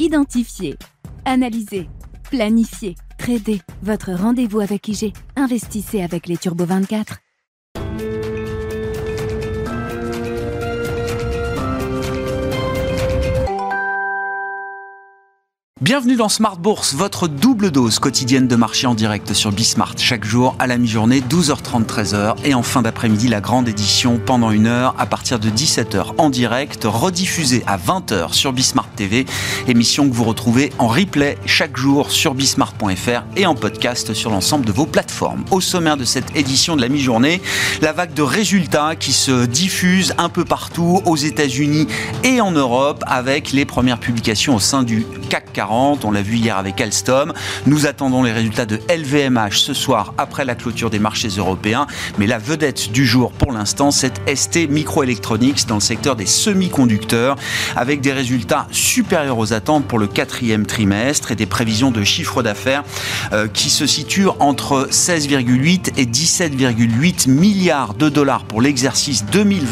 Identifier, analyser, planifier, trader. Votre rendez-vous avec IG. Investissez avec les Turbo 24. Bienvenue dans Smart Bourse, votre double dose quotidienne de marché en direct sur Bismart. Chaque jour à la mi-journée, 12h30, 13h. Et en fin d'après-midi, la grande édition pendant 1 heure à partir de 17h en direct, rediffusée à 20h sur Bismart TV. Émission que vous retrouvez en replay chaque jour sur bismart.fr et en podcast sur l'ensemble de vos plateformes. Au sommaire de cette édition de la mi-journée, la vague de résultats qui se diffuse un peu partout aux États-Unis et en Europe avec les premières publications au sein du CAC 40. On l'a vu hier avec Alstom. Nous attendons les résultats de LVMH ce soir après la clôture des marchés européens. Mais la vedette du jour pour l'instant, c'est ST Microelectronics dans le secteur des semi-conducteurs avec des résultats supérieurs aux attentes pour le 4e trimestre et des prévisions de chiffre d'affaires qui se situent entre 16,8 et 17,8 milliards de dollars pour l'exercice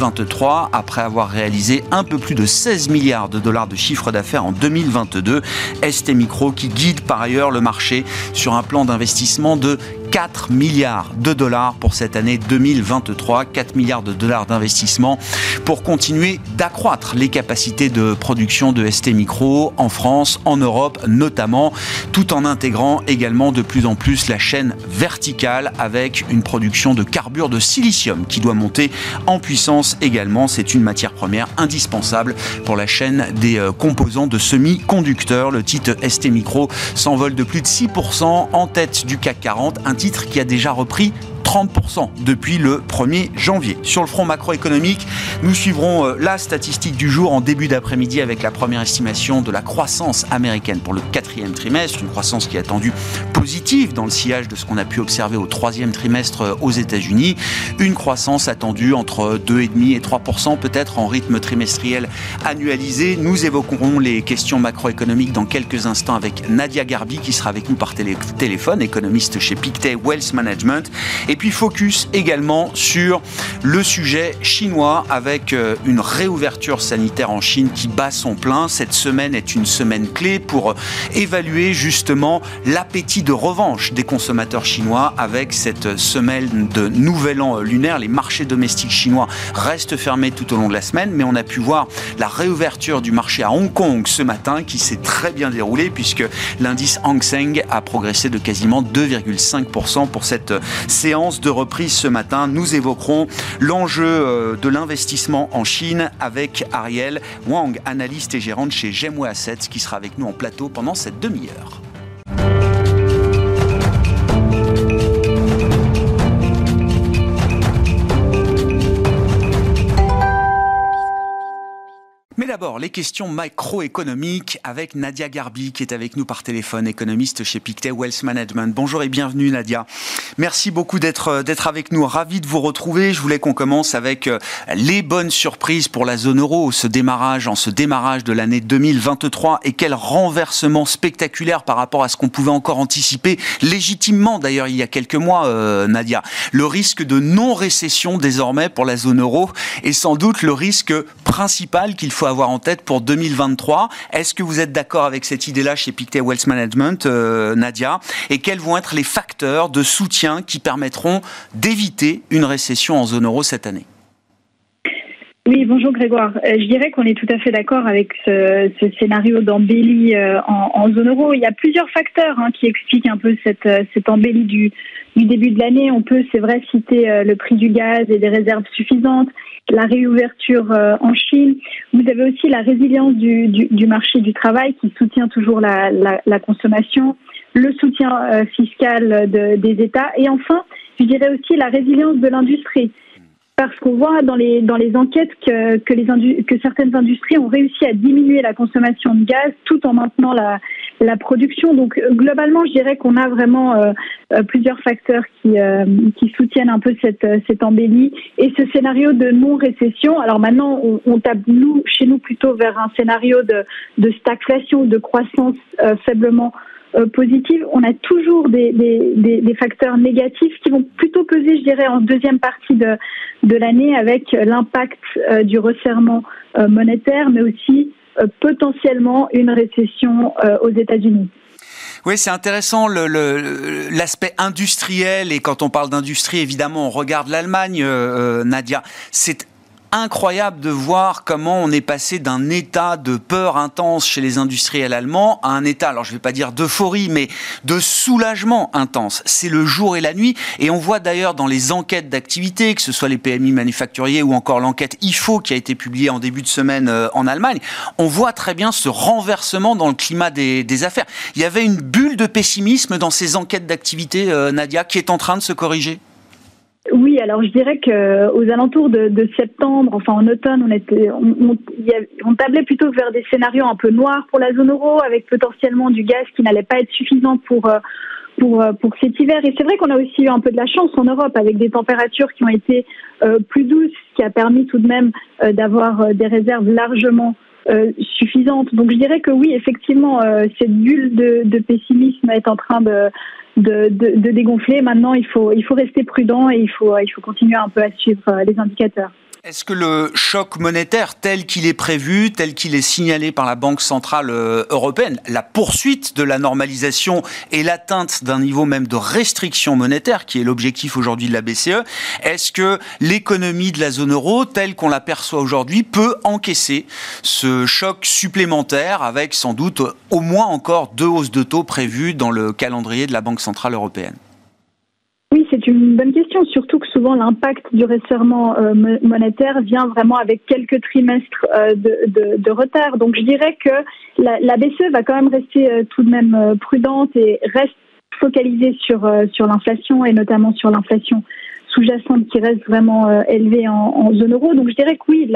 2023 après avoir réalisé un peu plus de 16 milliards de dollars de chiffre d'affaires en 2022. ST Micro qui guide par ailleurs le marché sur un plan d'investissement de 4 milliards de dollars pour cette année 2023, 4 milliards de dollars d'investissement pour continuer d'accroître les capacités de production de ST Micro en France, en Europe notamment, tout en intégrant également de plus en plus la chaîne verticale avec une production de carbure de silicium qui doit monter en puissance également. C'est une matière première indispensable pour la chaîne des composants de semi-conducteurs. Le titre ST Micro s'envole de plus de 6% en tête du CAC 40, un titre qui a déjà repris 30% depuis le 1er janvier. Sur le front macroéconomique, nous suivrons la statistique du jour en début d'après-midi avec la première estimation de la croissance américaine pour le 4e trimestre, une croissance qui est attendue positive dans le sillage de ce qu'on a pu observer au 3e trimestre aux États-Unis, une croissance attendue entre 2,5 et 3% peut-être en rythme trimestriel annualisé. Nous évoquerons les questions macroéconomiques dans quelques instants avec Nadia Garbi qui sera avec nous par téléphone, économiste chez Pictet Wealth Management. Et puis focus également sur le sujet chinois avec une réouverture sanitaire en Chine qui bat son plein. Cette semaine est une semaine clé pour évaluer justement l'appétit de revanche des consommateurs chinois avec cette semaine de nouvel an lunaire. Les marchés domestiques chinois restent fermés tout au long de la semaine, mais on a pu voir la réouverture du marché à Hong Kong ce matin qui s'est très bien déroulée puisque l'indice Hang Seng a progressé de quasiment 2,5% pour cette séance de reprise ce matin. Nous évoquerons l'enjeu de l'investissement en Chine avec Ariel Wang, analyste et gérante chez Gemway Assets, qui sera avec nous en plateau pendant cette demi-heure. Mais d'abord, les questions macroéconomiques avec Nadia Garbi qui est avec nous par téléphone, économiste chez Pictet Wealth Management. Bonjour et bienvenue Nadia. Merci beaucoup d'être avec nous. Ravi de vous retrouver. Je voulais qu'on commence avec les bonnes surprises pour la zone euro en ce démarrage de l'année 2023 et quel renversement spectaculaire par rapport à ce qu'on pouvait encore anticiper légitimement d'ailleurs il y a quelques mois, Nadia. Le risque de non-récession désormais pour la zone euro est sans doute le risque principal qu'il faut avoir en tête pour 2023. Est-ce que vous êtes d'accord avec cette idée-là chez Pictet Wealth Management, Nadia? Et quels vont être les facteurs de soutien qui permettront d'éviter une récession en zone euro cette année? Oui, bonjour Grégoire. Je dirais qu'on est tout à fait d'accord avec ce scénario d'embellie en zone euro. Il y a plusieurs facteurs qui expliquent un peu cette embellie du début de l'année. On peut, c'est vrai, citer le prix du gaz et des réserves suffisantes, la réouverture en Chine. Vous avez aussi la résilience du marché du travail qui soutient toujours la consommation, le soutien fiscal des États et enfin, je dirais aussi la résilience de l'industrie. Parce qu'on voit dans les enquêtes que certaines industries ont réussi à diminuer la consommation de gaz tout en maintenant la production. Donc globalement, je dirais qu'on a vraiment plusieurs facteurs qui soutiennent un peu cette embellie et ce scénario de non-récession. Alors maintenant, on tape chez nous plutôt vers un scénario de stagflation, de croissance faiblement positive. On a toujours des facteurs négatifs qui vont plutôt peser, je dirais, en deuxième partie de l'année avec l'impact du resserrement monétaire, mais aussi potentiellement une récession aux États-Unis. Oui, c'est intéressant l'aspect industriel, et quand on parle d'industrie, évidemment, on regarde l'Allemagne, Nadia. C'est incroyable de voir comment on est passé d'un état de peur intense chez les industriels allemands à un état, alors je ne vais pas dire d'euphorie, mais de soulagement intense. C'est le jour et la nuit, et on voit d'ailleurs dans les enquêtes d'activité, que ce soit les PMI manufacturiers ou encore l'enquête IFO qui a été publiée en début de semaine en Allemagne, on voit très bien ce renversement dans le climat des affaires. Il y avait une bulle de pessimisme dans ces enquêtes d'activité, Nadia, qui est en train de se corriger. Oui, alors je dirais qu'aux alentours de septembre, enfin en automne, on tablait plutôt vers des scénarios un peu noirs pour la zone euro, avec potentiellement du gaz qui n'allait pas être suffisant pour cet hiver. Et c'est vrai qu'on a aussi eu un peu de la chance en Europe, avec des températures qui ont été plus douces, ce qui a permis tout de même d'avoir des réserves largement suffisantes. Donc je dirais que oui, effectivement, cette bulle de pessimisme est en train de dégonfler. Maintenant, il faut rester prudent et il faut continuer un peu à suivre les indicateurs. Est-ce que le choc monétaire tel qu'il est prévu, tel qu'il est signalé par la Banque Centrale Européenne, la poursuite de la normalisation et l'atteinte d'un niveau même de restriction monétaire, qui est l'objectif aujourd'hui de la BCE, est-ce que l'économie de la zone euro, telle qu'on l'aperçoit aujourd'hui, peut encaisser ce choc supplémentaire avec sans doute au moins encore 2 hausses de taux prévues dans le calendrier de la Banque Centrale Européenne ? Oui, c'est une bonne question, surtout que souvent l'impact du resserrement monétaire vient vraiment avec quelques trimestres de retard. Donc je dirais que la BCE va quand même rester tout de même prudente et reste focalisée sur l'inflation, et notamment sur l'inflation sous-jacente qui reste vraiment élevée en zone euro. Donc je dirais que oui,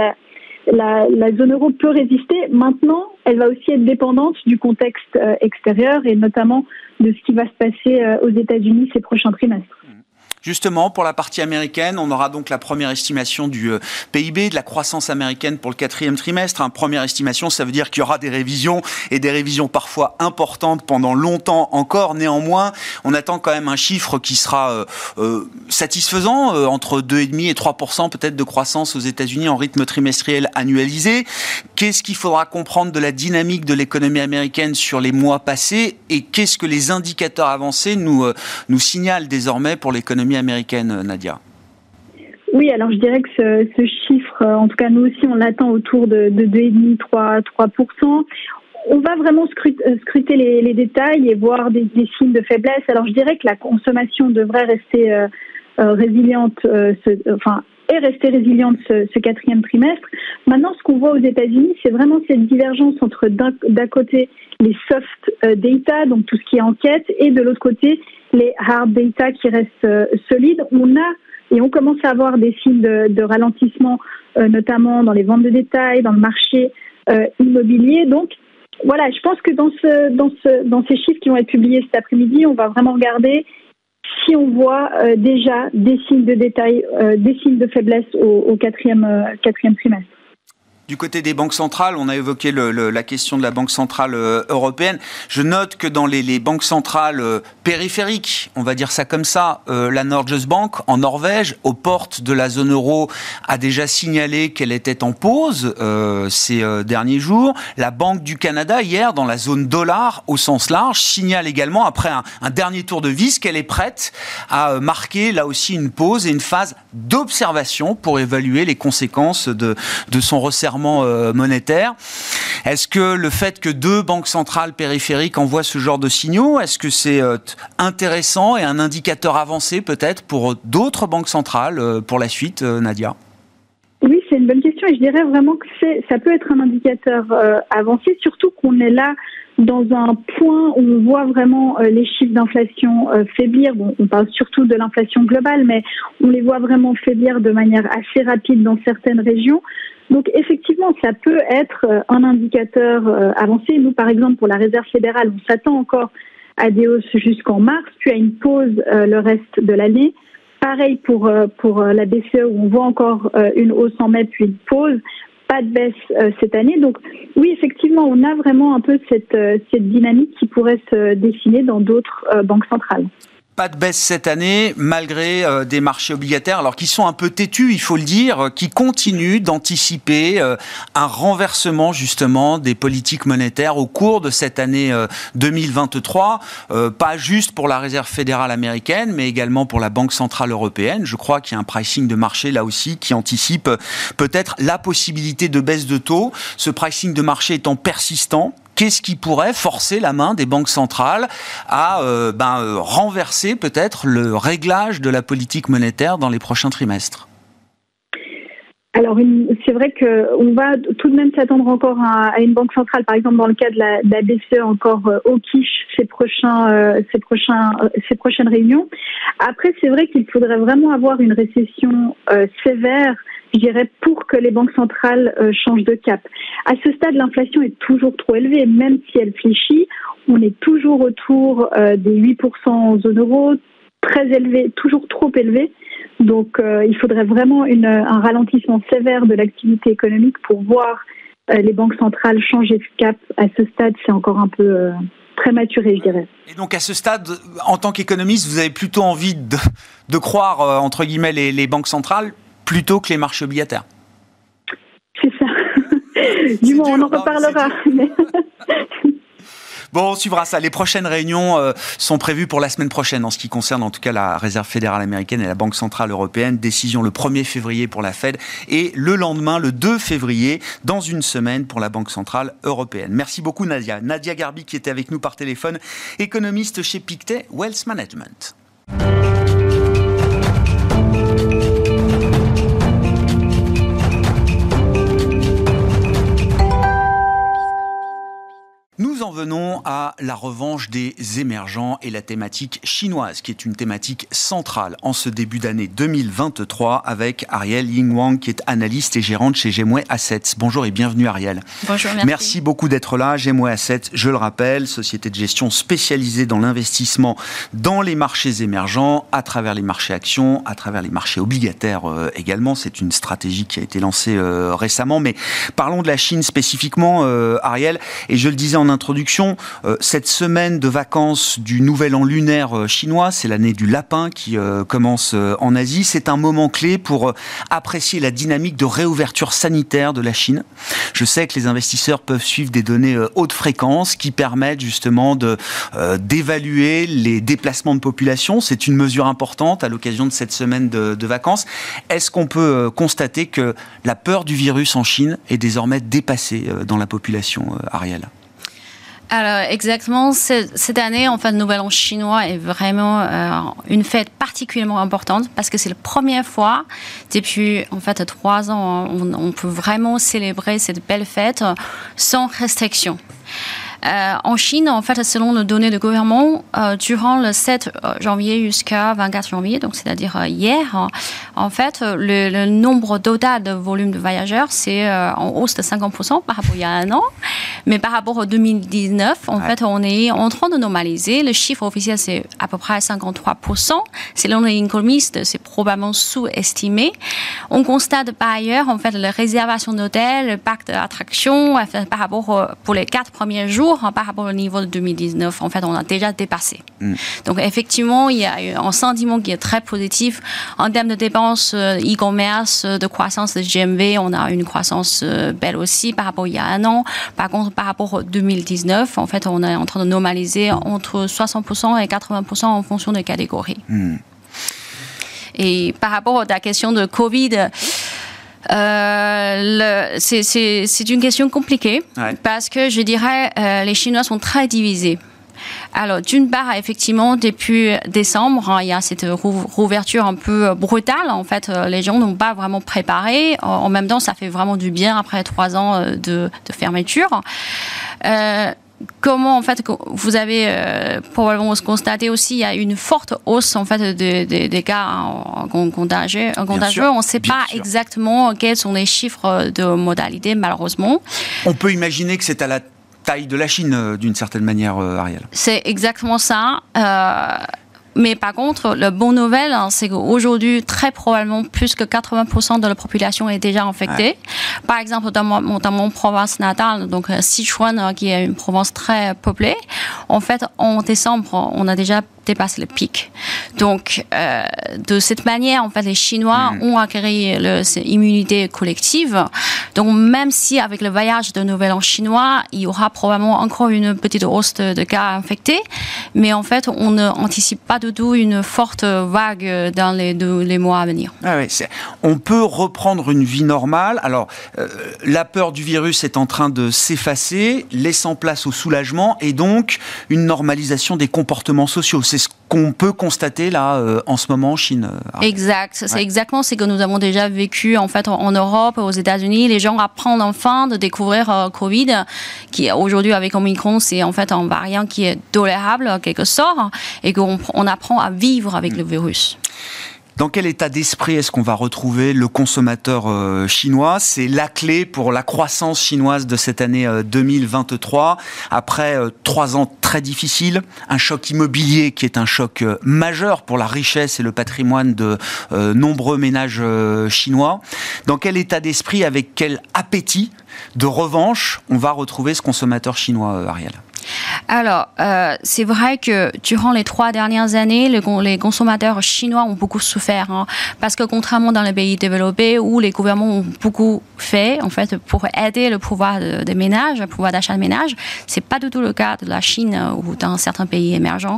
la zone euro peut résister. Maintenant, elle va aussi être dépendante du contexte extérieur, et notamment de ce qui va se passer aux États-Unis ces prochains trimestres. Justement, pour la partie américaine, on aura donc la première estimation du PIB, de la croissance américaine pour le 4e trimestre. Première estimation, ça veut dire qu'il y aura des révisions, et des révisions parfois importantes pendant longtemps encore. Néanmoins, on attend quand même un chiffre qui sera satisfaisant, entre 2,5 et 3% peut-être de croissance aux États-Unis en rythme trimestriel annualisé. Qu'est-ce qu'il faudra comprendre de la dynamique de l'économie américaine sur les mois passés, et qu'est-ce que les indicateurs avancés nous signalent désormais pour l'économie américaine, Nadia? Oui, alors je dirais que ce chiffre, en tout cas nous aussi, on l'attend autour de 2,5-3%. On va vraiment scruter les détails et voir des signes de faiblesse. Alors je dirais que la consommation devrait rester résiliente, est restée résiliente ce 4e trimestre. Maintenant, ce qu'on voit aux États-Unis, c'est vraiment cette divergence entre d'un côté les soft data, donc tout ce qui est enquête, et de l'autre côté les hard data qui restent solides. On commence à avoir des signes de ralentissement, notamment dans les ventes de détail, dans le marché immobilier. Donc voilà, je pense que dans ces chiffres qui vont être publiés cet après-midi, on va vraiment regarder si on voit déjà des signes de détail, des signes de faiblesse au 4e trimestre. Du côté des banques centrales, on a évoqué la question de la Banque Centrale Européenne. Je note que dans les banques centrales périphériques, on va dire ça comme ça, la Norges Bank en Norvège, aux portes de la zone euro, a déjà signalé qu'elle était en pause ces derniers jours. La Banque du Canada, hier, dans la zone dollar au sens large, signale également, après un dernier tour de vis, qu'elle est prête à marquer là aussi une pause et une phase d'observation pour évaluer les conséquences de son resserrement monétaire. Est-ce que le fait que 2 banques centrales périphériques envoient ce genre de signaux, est-ce que c'est intéressant et un indicateur avancé peut-être pour d'autres banques centrales pour la suite, Nadia? Oui, c'est une bonne question, et je dirais vraiment que ça peut être un indicateur avancé, surtout qu'on est là dans un point où on voit vraiment les chiffres d'inflation faiblir. Bon, on parle surtout de l'inflation globale, mais on les voit vraiment faiblir de manière assez rapide dans certaines régions. Donc effectivement, ça peut être un indicateur avancé. Nous, par exemple, pour la Réserve fédérale, on s'attend encore à des hausses jusqu'en mars, puis à une pause le reste de l'année. Pareil pour la BCE, où on voit encore une hausse en mai, puis une pause. Pas de baisse cette année. Donc oui, effectivement, on a vraiment un peu cette dynamique qui pourrait se dessiner dans d'autres banques centrales. Pas de baisse cette année, malgré des marchés obligataires, alors qui sont un peu têtus, il faut le dire, qui continuent d'anticiper un renversement justement des politiques monétaires au cours de cette année 2023, pas juste pour la Réserve fédérale américaine, mais également pour la Banque centrale européenne. Je crois qu'il y a un pricing de marché là aussi qui anticipe peut-être la possibilité de baisse de taux. Ce pricing de marché étant persistant, qu'est-ce qui pourrait forcer la main des banques centrales à renverser peut-être le réglage de la politique monétaire dans les prochains trimestres ? Alors, c'est vrai qu'on va tout de même s'attendre encore à une banque centrale, par exemple dans le cas de la BCE, encore au quiche ces prochaines réunions. Après, c'est vrai qu'il faudrait vraiment avoir une récession sévère, je dirais, pour que les banques centrales changent de cap. À ce stade, l'inflation est toujours trop élevée, même si elle fléchit. On est toujours autour des 8% en zone euro, très élevé, toujours trop élevé. Donc, il faudrait vraiment un ralentissement sévère de l'activité économique pour voir les banques centrales changer de cap. À ce stade, c'est encore un peu prématuré, je dirais. Et donc, à ce stade, en tant qu'économiste, vous avez plutôt envie de croire, entre guillemets, les banques centrales plutôt que les marchés obligataires. C'est ça. Du moins, on en reparlera. Bon, on suivra ça. Les prochaines réunions sont prévues pour la semaine prochaine en ce qui concerne en tout cas la Réserve fédérale américaine et la Banque centrale européenne. Décision le 1er février pour la Fed et le lendemain, le 2 février, dans une semaine pour la Banque centrale européenne. Merci beaucoup Nadia. Nadia Garbi qui était avec nous par téléphone, économiste chez Pictet Wealth Management. Nous en venons à la revanche des émergents et la thématique chinoise, qui est une thématique centrale en ce début d'année 2023 avec Ariel Yingwang, qui est analyste et gérante chez Gemway Assets. Bonjour et bienvenue Ariel. Bonjour, merci. Merci beaucoup d'être là. Gemway Assets, je le rappelle, société de gestion spécialisée dans l'investissement dans les marchés émergents, à travers les marchés actions, à travers les marchés obligataires également. C'est une stratégie qui a été lancée récemment. Mais parlons de la Chine spécifiquement, Ariel. Et je le disais en introduction, cette semaine de vacances du nouvel an lunaire chinois, c'est l'année du lapin qui commence en Asie. C'est un moment clé pour apprécier la dynamique de réouverture sanitaire de la Chine. Je sais que les investisseurs peuvent suivre des données haute fréquence qui permettent justement d'évaluer les déplacements de population. C'est une mesure importante à l'occasion de cette semaine de vacances. Est-ce qu'on peut constater que la peur du virus en Chine est désormais dépassée dans la population, Ariel ? Alors exactement, cette année, en fait, le Nouvel An chinois est vraiment une fête particulièrement importante parce que c'est la première fois depuis en fait 3 ans, on peut vraiment célébrer cette belle fête sans restriction. En Chine, en fait, selon les données du gouvernement, durant le 7 janvier jusqu'à 24 janvier, donc c'est-à-dire hier, en fait, le nombre total de volume de voyageurs, c'est en hausse de 50% par rapport à il y a un an. Mais par rapport à 2019, en fait, on est en train de normaliser. Le chiffre officiel, c'est à peu près 53%. Selon les économistes, c'est probablement sous-estimé. On constate par ailleurs, en fait, la réservation d'hôtels, le parc d'attractions, par rapport pour les 4 premiers jours, par rapport au niveau de 2019, en fait, on a déjà dépassé. Donc, effectivement, il y a un sentiment qui est très positif. En termes de dépenses e-commerce, de croissance de GMV, on a une croissance belle aussi par rapport à il y a un an. Par contre, par rapport à 2019, en fait, on est en train de normaliser entre 60% et 80% en fonction des catégories. Et par rapport à la question de Covid, c'est une question compliquée parce que je dirais les Chinois sont très divisés. Alors, d'une part, effectivement, depuis décembre, il y a cette rouverture un peu brutale. En fait, les gens n'ont pas vraiment préparé. En même temps, ça fait vraiment du bien après 3 ans de fermeture. Comment, en fait, vous avez probablement constaté aussi, il y a une forte hausse, en fait, des cas contagieux. On ne sait pas exactement quels sont les chiffres de modalité, malheureusement. On peut imaginer que c'est à la taille de la Chine, d'une certaine manière, Ariel. C'est exactement ça. Mais par contre, la bonne nouvelle, c'est qu'aujourd'hui, très probablement, plus que 80% de la population est déjà infectée. Par exemple, dans mon province natale, donc Sichuan, qui est une province très peuplée, en fait, en décembre, on a déjà dépasse le pic. Donc, de cette manière, en fait, les Chinois ont acquis cette immunité collective. Donc, même si avec le voyage de Nouvel An chinois, il y aura probablement encore une petite hausse de cas infectés, mais en fait, on n'anticipe pas du tout une forte vague dans les mois à venir. Ah oui, on peut reprendre une vie normale. Alors, la peur du virus est en train de s'effacer, laissant place au soulagement et donc une normalisation des comportements sociaux. C'est ce qu'on peut constater là en ce moment en Chine. Exact, c'est exactement ce que nous avons déjà vécu en fait en Europe, aux États-Unis. Les gens apprennent enfin de découvrir Covid, qui aujourd'hui avec Omicron, c'est en fait un variant qui est tolérable en quelque sorte, et qu'on apprend à vivre avec le virus. Dans quel état d'esprit est-ce qu'on va retrouver le consommateur chinois ? C'est la clé pour la croissance chinoise de cette année 2023. Après 3 ans très difficiles, un choc immobilier qui est un choc majeur pour la richesse et le patrimoine de nombreux ménages chinois. Dans quel état d'esprit, avec quel appétit de revanche, on va retrouver ce consommateur chinois, Ariel ? Alors, c'est vrai que durant les 3 dernières années, les consommateurs chinois ont beaucoup souffert, parce que contrairement dans les pays développés où les gouvernements ont beaucoup fait, en fait, pour aider le pouvoir des ménages, le pouvoir d'achat de ménages, c'est pas du tout le cas de la Chine ou dans certains pays émergents.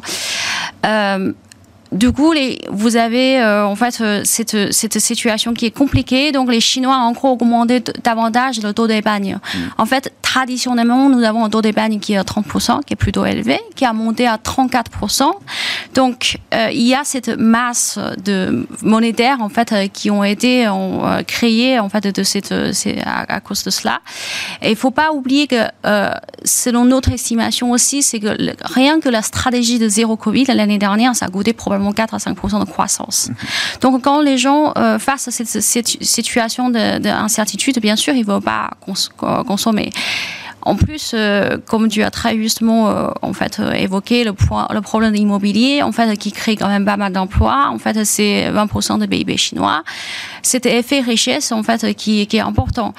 Du coup, vous avez en fait cette situation qui est compliquée. Donc, les Chinois ont encore augmenté davantage le taux d'épargne. En fait, traditionnellement, nous avons un taux d'épargne qui est à 30%, qui est plutôt élevé, qui a monté à 34%. Donc, il y a cette masse de monétaires en fait qui ont été créées en fait à cause de cela. Et il faut pas oublier que selon notre estimation aussi, c'est que rien que la stratégie de zéro Covid l'année dernière, ça a coûté probablement 4 à 5% de croissance. Donc, quand les gens face à cette situation d'incertitude, bien sûr, ils ne vont pas consommer. En plus, comme tu as très justement en fait évoqué le problème de l'immobilier, en fait, qui crée quand même pas mal d'emplois. En fait, c'est 20% de PIB chinois. Cet effet richesse, en fait, qui est important.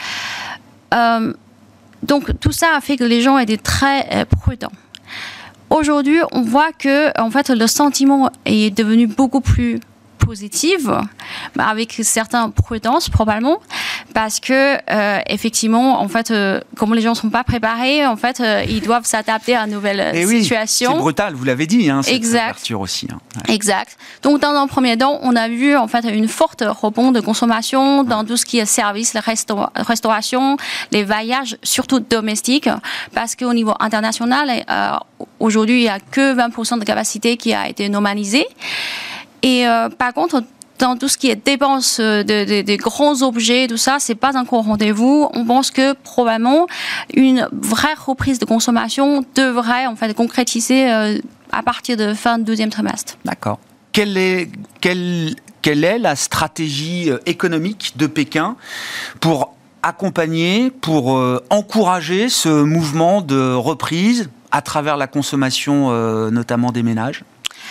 Donc, tout ça a fait que les gens étaient très prudents. Aujourd'hui, on voit que en fait, le sentiment est devenu beaucoup plus positif, avec certaines prudences probablement, parce que effectivement, en fait, comme les gens ne sont pas préparés, en fait, ils doivent s'adapter à une nouvelle situation. C'est brutal, vous l'avez dit, cette ouverture aussi. Ouais. Exact. Donc, dans un premier temps, on a vu en fait une forte rebond de consommation dans tout ce qui est services, la restauration, les voyages, surtout domestiques, parce qu'au niveau international, aujourd'hui, il n'y a que 20% de capacité qui a été normalisée. Et par contre, dans tout ce qui est dépenses des grands objets, tout ça, c'est pas encore au rendez-vous. On pense que probablement une vraie reprise de consommation devrait en fait concrétiser à partir de fin du 2e trimestre. D'accord. Quelle est la stratégie économique de Pékin pour accompagner, pour encourager ce mouvement de reprise à travers la consommation, notamment des ménages ?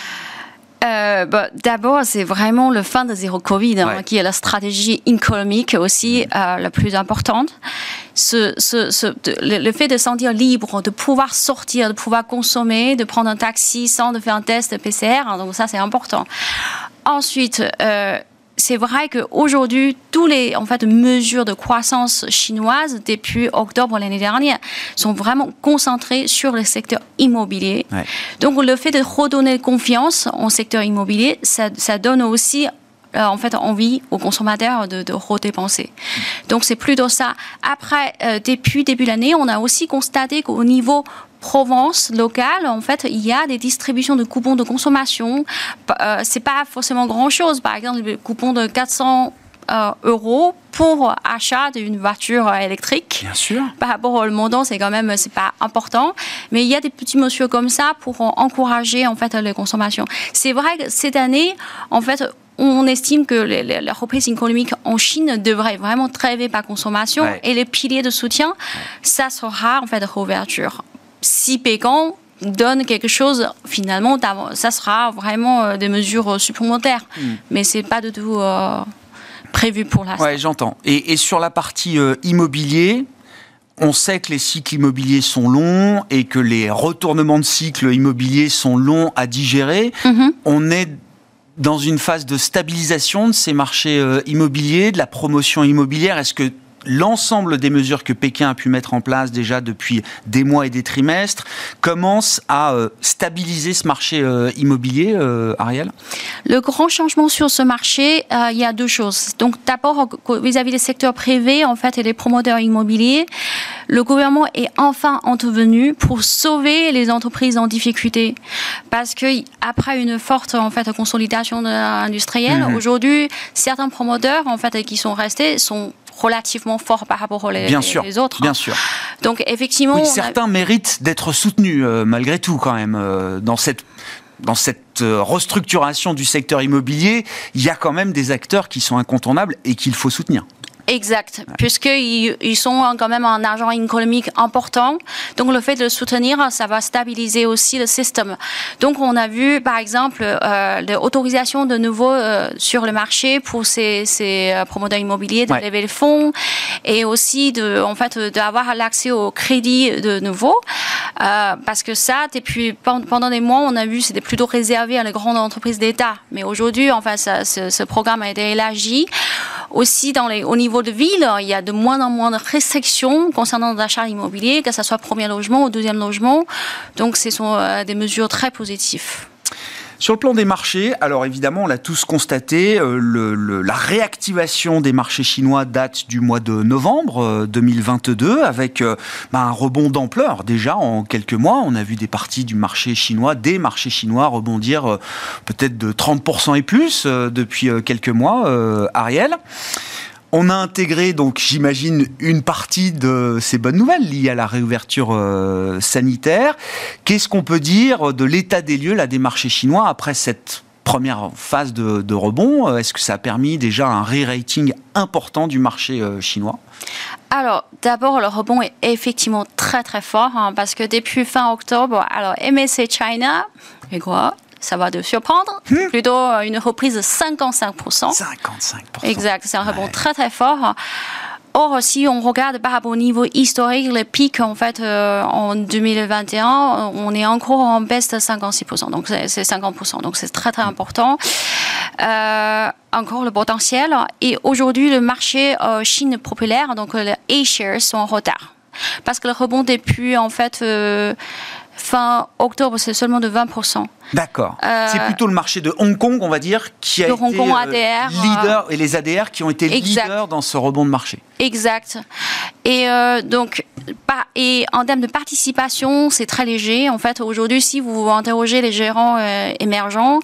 D'abord, c'est vraiment le fin de zéro Covid qui est la stratégie économique aussi la plus importante. Le fait de se sentir libre, de pouvoir sortir, de pouvoir consommer, de prendre un taxi sans de faire un test PCR, donc ça c'est important. Ensuite, c'est vrai qu'aujourd'hui, toutes les mesures de croissance chinoise depuis octobre l'année dernière sont vraiment concentrées sur le secteur immobilier. Ouais. Donc, le fait de redonner confiance au secteur immobilier, ça donne aussi envie aux consommateurs de redépenser. Donc, c'est plutôt ça. Après, depuis début de l'année, on a aussi constaté qu'au niveau Provence locale, en fait, il y a des distributions de coupons de consommation. C'est pas forcément grand-chose. Par exemple, le coupon de 400 euros pour achat d'une voiture électrique. Bien sûr. Par rapport au montant, c'est pas important. Mais il y a des petits mesures comme ça pour encourager, en fait, les consommations. C'est vrai que cette année, en fait, on estime que la reprise économique en Chine devrait vraiment driver par consommation. Ouais. Et les piliers de soutien, ça sera, en fait, réouverture. Si Pékin donne quelque chose, finalement, ça sera vraiment des mesures supplémentaires. Mais ce n'est pas du tout prévu pour l'instant. Oui, j'entends. Et sur la partie immobilier, on sait que les cycles immobiliers sont longs et que les retournements de cycles immobiliers sont longs à digérer. On est dans une phase de stabilisation de ces marchés immobiliers, de la promotion immobilière. Est-ce que l'ensemble des mesures que Pékin a pu mettre en place déjà depuis des mois et des trimestres commence à stabiliser ce marché immobilier, Ariel ? Le grand changement sur ce marché, il y a deux choses. Donc d'abord, vis-à-vis des secteurs privés en fait, et des promoteurs immobiliers, le gouvernement est enfin intervenu pour sauver les entreprises en difficulté. Parce qu'après une forte en fait, consolidation industrielle, aujourd'hui, certains promoteurs en fait, qui sont restés sont relativement forts par rapport aux les autres. Bien sûr. Donc effectivement, oui, certains méritent d'être soutenus malgré tout quand même dans cette restructuration du secteur immobilier. Il y a quand même des acteurs qui sont incontournables et qu'il faut soutenir. Exact, puisqu'ils sont quand même un argent économique important. Donc, le fait de le soutenir, ça va stabiliser aussi le système. Donc, on a vu, par exemple, l'autorisation de nouveau sur le marché pour ces promoteurs immobiliers de lever le fonds et aussi d'avoir l'accès au crédit de nouveau. Parce que ça, depuis pendant des mois, on a vu c'était plutôt réservé à les grandes entreprises d'État. Mais aujourd'hui, enfin, ce programme a été élargi. Aussi, au niveau de ville, il y a de moins en moins de restrictions concernant l'achat immobilier, que ce soit premier logement ou deuxième logement. Donc, ce sont des mesures très positives. Sur le plan des marchés, alors évidemment, on l'a tous constaté, la réactivation des marchés chinois date du mois de novembre 2022, avec un rebond d'ampleur. Déjà, en quelques mois, on a vu des parties des marchés chinois rebondir peut-être de 30% et plus depuis quelques mois. Ariel ? On a intégré, donc, j'imagine, une partie de ces bonnes nouvelles liées à la réouverture sanitaire. Qu'est-ce qu'on peut dire de l'état des lieux là, des marchés chinois après cette première phase de rebond ? Est-ce que ça a permis déjà un re-rating important du marché chinois ? Alors, d'abord, le rebond est effectivement très, très fort, parce que depuis fin octobre, alors MSCI China, et quoi ? Ça va te surprendre. Plutôt une reprise de 55%. 55%. Exact. C'est un rebond très, très fort. Or, si on regarde par rapport au niveau historique, le pic, en fait, en 2021, on est encore en baisse de 56%. Donc, c'est 50%. Donc, c'est très, très important. Encore le potentiel. Et aujourd'hui, le marché Chine populaire, donc les A-shares, sont en retard. Parce que le rebond depuis, en fait, fin octobre, c'est seulement de 20%. D'accord. C'est plutôt le marché de Hong Kong, on va dire, qui a été ADR, leader, et les ADR qui ont été leaders dans ce rebond de marché. Exact. Et donc, en termes de participation, c'est très léger. En fait, aujourd'hui, si vous interrogez les gérants émergents,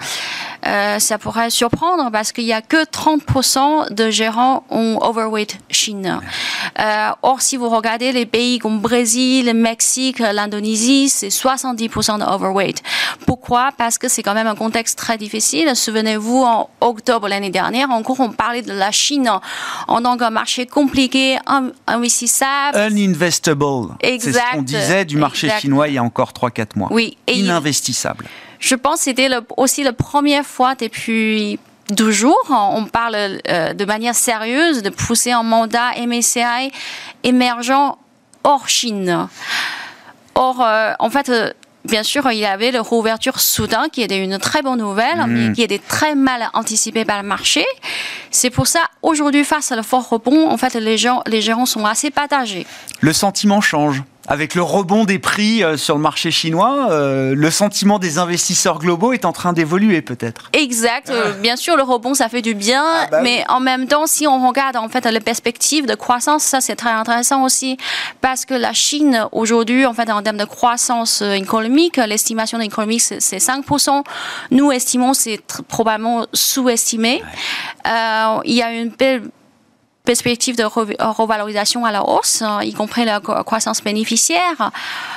ça pourrait surprendre parce qu'il n'y a que 30% de gérants ont overweight Chine. Or, si vous regardez les pays comme Brésil, le Mexique, l'Indonésie, c'est 70% de overweight. Pourquoi ? Parce que c'est quand même un contexte très difficile. Souvenez-vous, en octobre l'année dernière, encore on parlait de la Chine en tant qu'un marché compliqué, investissable. Uninvestable. Exact. C'est ce qu'on disait du marché chinois il y a encore 3-4 mois. Oui. Ininvestissable. Je pense que c'était aussi la première fois depuis 12 jours, on parle de manière sérieuse de pousser un mandat MSCI émergent hors Chine. Or, en fait, bien sûr, il y avait la réouverture soudaine qui était une très bonne nouvelle, mais qui était très mal anticipée par le marché. C'est pour ça, aujourd'hui, face à le fort rebond, en fait, les gérants sont assez partagés. Le sentiment change. Avec le rebond des prix sur le marché chinois, le sentiment des investisseurs globaux est en train d'évoluer peut-être. Exact. Bien sûr, le rebond, ça fait du bien, mais en même temps, si on regarde en fait les perspectives de croissance, ça c'est très intéressant aussi, parce que la Chine aujourd'hui, en fait, en termes de croissance économique, l'estimation économique c'est 5%. Nous estimons c'est probablement sous-estimé. Il y a une belle perspective de revalorisation à la hausse, y compris la croissance bénéficiaire.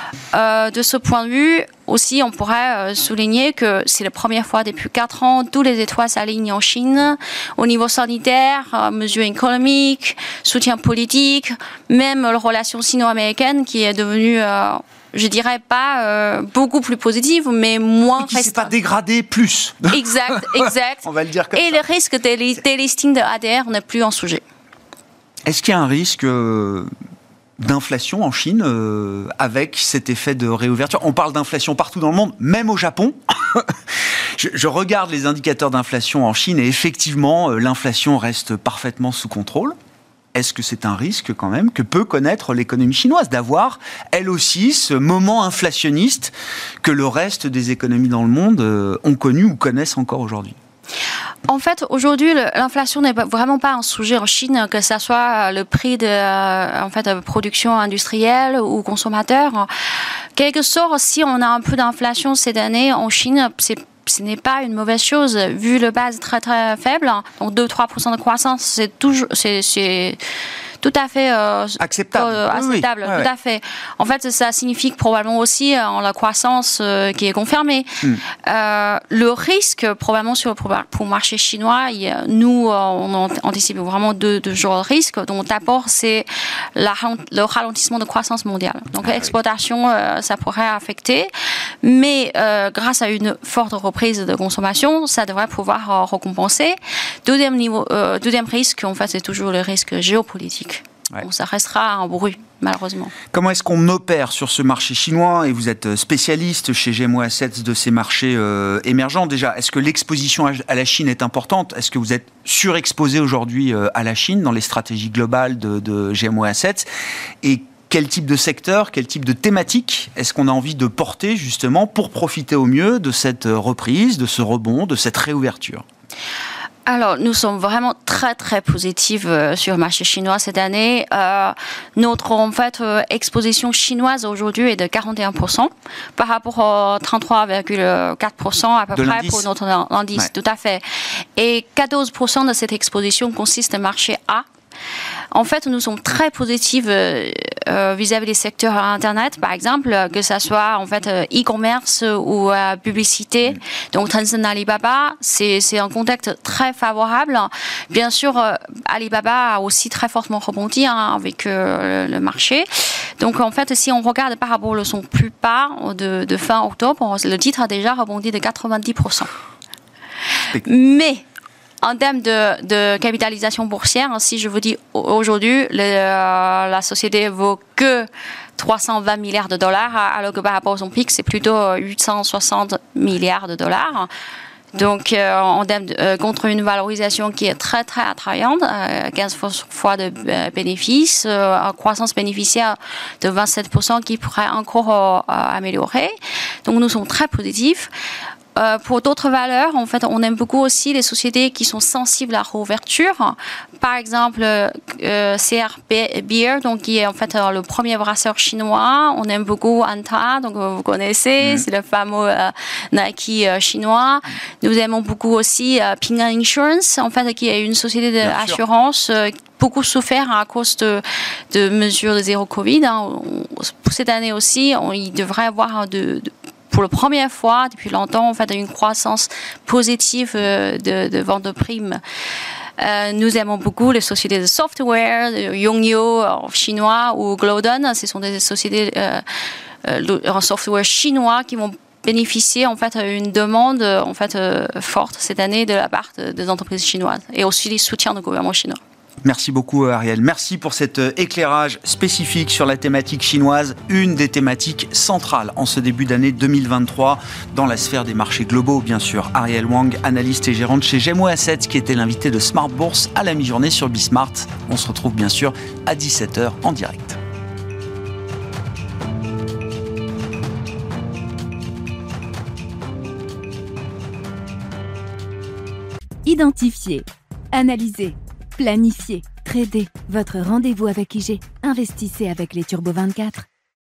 De ce point de vue, aussi, on pourrait souligner que c'est la première fois depuis 4 ans, tous les étoiles s'alignent en Chine, au niveau sanitaire, mesures économiques, soutien politique, même la relation sino-américaine qui est devenue je dirais pas beaucoup plus positive, mais moins qui ne s'est pas dégradé plus. Exact. On va le dire comme ça. Et le risque des listings de ADR n'est plus un sujet. Est-ce qu'il y a un risque d'inflation en Chine avec cet effet de réouverture. On parle d'inflation partout dans le monde, même au Japon. Je regarde les indicateurs d'inflation en Chine et effectivement, l'inflation reste parfaitement sous contrôle. Est-ce que c'est un risque quand même que peut connaître l'économie chinoise d'avoir, elle aussi, ce moment inflationniste que le reste des économies dans le monde ont connu ou connaissent encore aujourd'hui? En fait, aujourd'hui, l'inflation n'est vraiment pas un sujet en Chine, que ce soit le prix de production industrielle ou consommateur. Quelque sorte, si on a un peu d'inflation cette année en Chine, ce n'est pas une mauvaise chose, vu le base très très faible. Donc 2-3% de croissance, c'est tout à fait acceptable. Oui. Tout à fait. En fait, ça signifie probablement aussi la croissance qui est confirmée. Le risque, probablement, pour le marché chinois, nous, on anticipe vraiment deux genres de risques. Donc, d'abord, c'est le ralentissement de croissance mondiale. Donc, l'exportation, ça pourrait affecter. Mais grâce à une forte reprise de consommation, ça devrait pouvoir recompenser. Deuxième risque, en fait, c'est toujours le risque géopolitique. Ouais. Donc ça restera un bruit, malheureusement. Comment est-ce qu'on opère sur ce marché chinois? Et vous êtes spécialiste chez GMO Assets de ces marchés émergents. Déjà, est-ce que l'exposition à la Chine est importante? Est-ce que vous êtes surexposé aujourd'hui à la Chine dans les stratégies globales de GMO Assets? Et quel type de secteur, quel type de thématique est-ce qu'on a envie de porter justement pour profiter au mieux de cette reprise, de ce rebond, de cette réouverture? Alors, nous sommes vraiment très, très positifs sur le marché chinois cette année. Notre, en fait, exposition chinoise aujourd'hui est de 41% par rapport à 33,4% à peu près pour notre indice. Ouais. Tout à fait. Et 14% de cette exposition consiste au marché A. En fait, nous sommes très positifs vis-à-vis des secteurs Internet, par exemple, que ce soit en fait e-commerce ou publicité. Donc, Tencent, Alibaba, c'est un contexte très favorable. Bien sûr, Alibaba a aussi très fortement rebondi avec le marché. Donc, en fait, si on regarde par rapport à son plus bas de fin octobre, le titre a déjà rebondi de 90%. Mais en termes de capitalisation boursière, si je vous dis aujourd'hui, la société vaut que 320 milliards de dollars, alors que par rapport à son pic, c'est plutôt 860 milliards de dollars. Donc, en termes contre une valorisation qui est très, très attrayante, 15 fois de bénéfices, croissance bénéficiaire de 27% qui pourrait encore améliorer. Donc, nous sommes très positifs. Pour d'autres valeurs, en fait, on aime beaucoup aussi les sociétés qui sont sensibles à la réouverture. Par exemple, CR Beer, donc qui est en fait le premier brasseur chinois. On aime beaucoup Anta, donc vous connaissez, c'est le fameux Nike chinois. Nous aimons beaucoup aussi Ping An Insurance, en fait, qui est une société d'assurance beaucoup souffert à cause de mesures de zéro Covid. Pour cette année aussi, il devrait y avoir pour la première fois depuis longtemps, en fait, une croissance positive de vente de primes. Nous aimons beaucoup les sociétés de software, Yongyo chinois ou Glodon. Ce sont des sociétés en software chinois qui vont bénéficier en fait d'une demande en fait forte cette année de la part des entreprises chinoises et aussi les soutiens du gouvernement chinois. Merci beaucoup Ariel. Merci pour cet éclairage spécifique sur la thématique chinoise, une des thématiques centrales en ce début d'année 2023 dans la sphère des marchés globaux, bien sûr. Ariel Wang, analyste et gérante chez GMO Assets, qui était l'invité de Smart Bourse à la mi-journée sur Bismart. On se retrouve bien sûr à 17h en direct. Identifier, analyser, planifier, trader. Votre rendez-vous avec IG. Investissez avec les Turbo 24.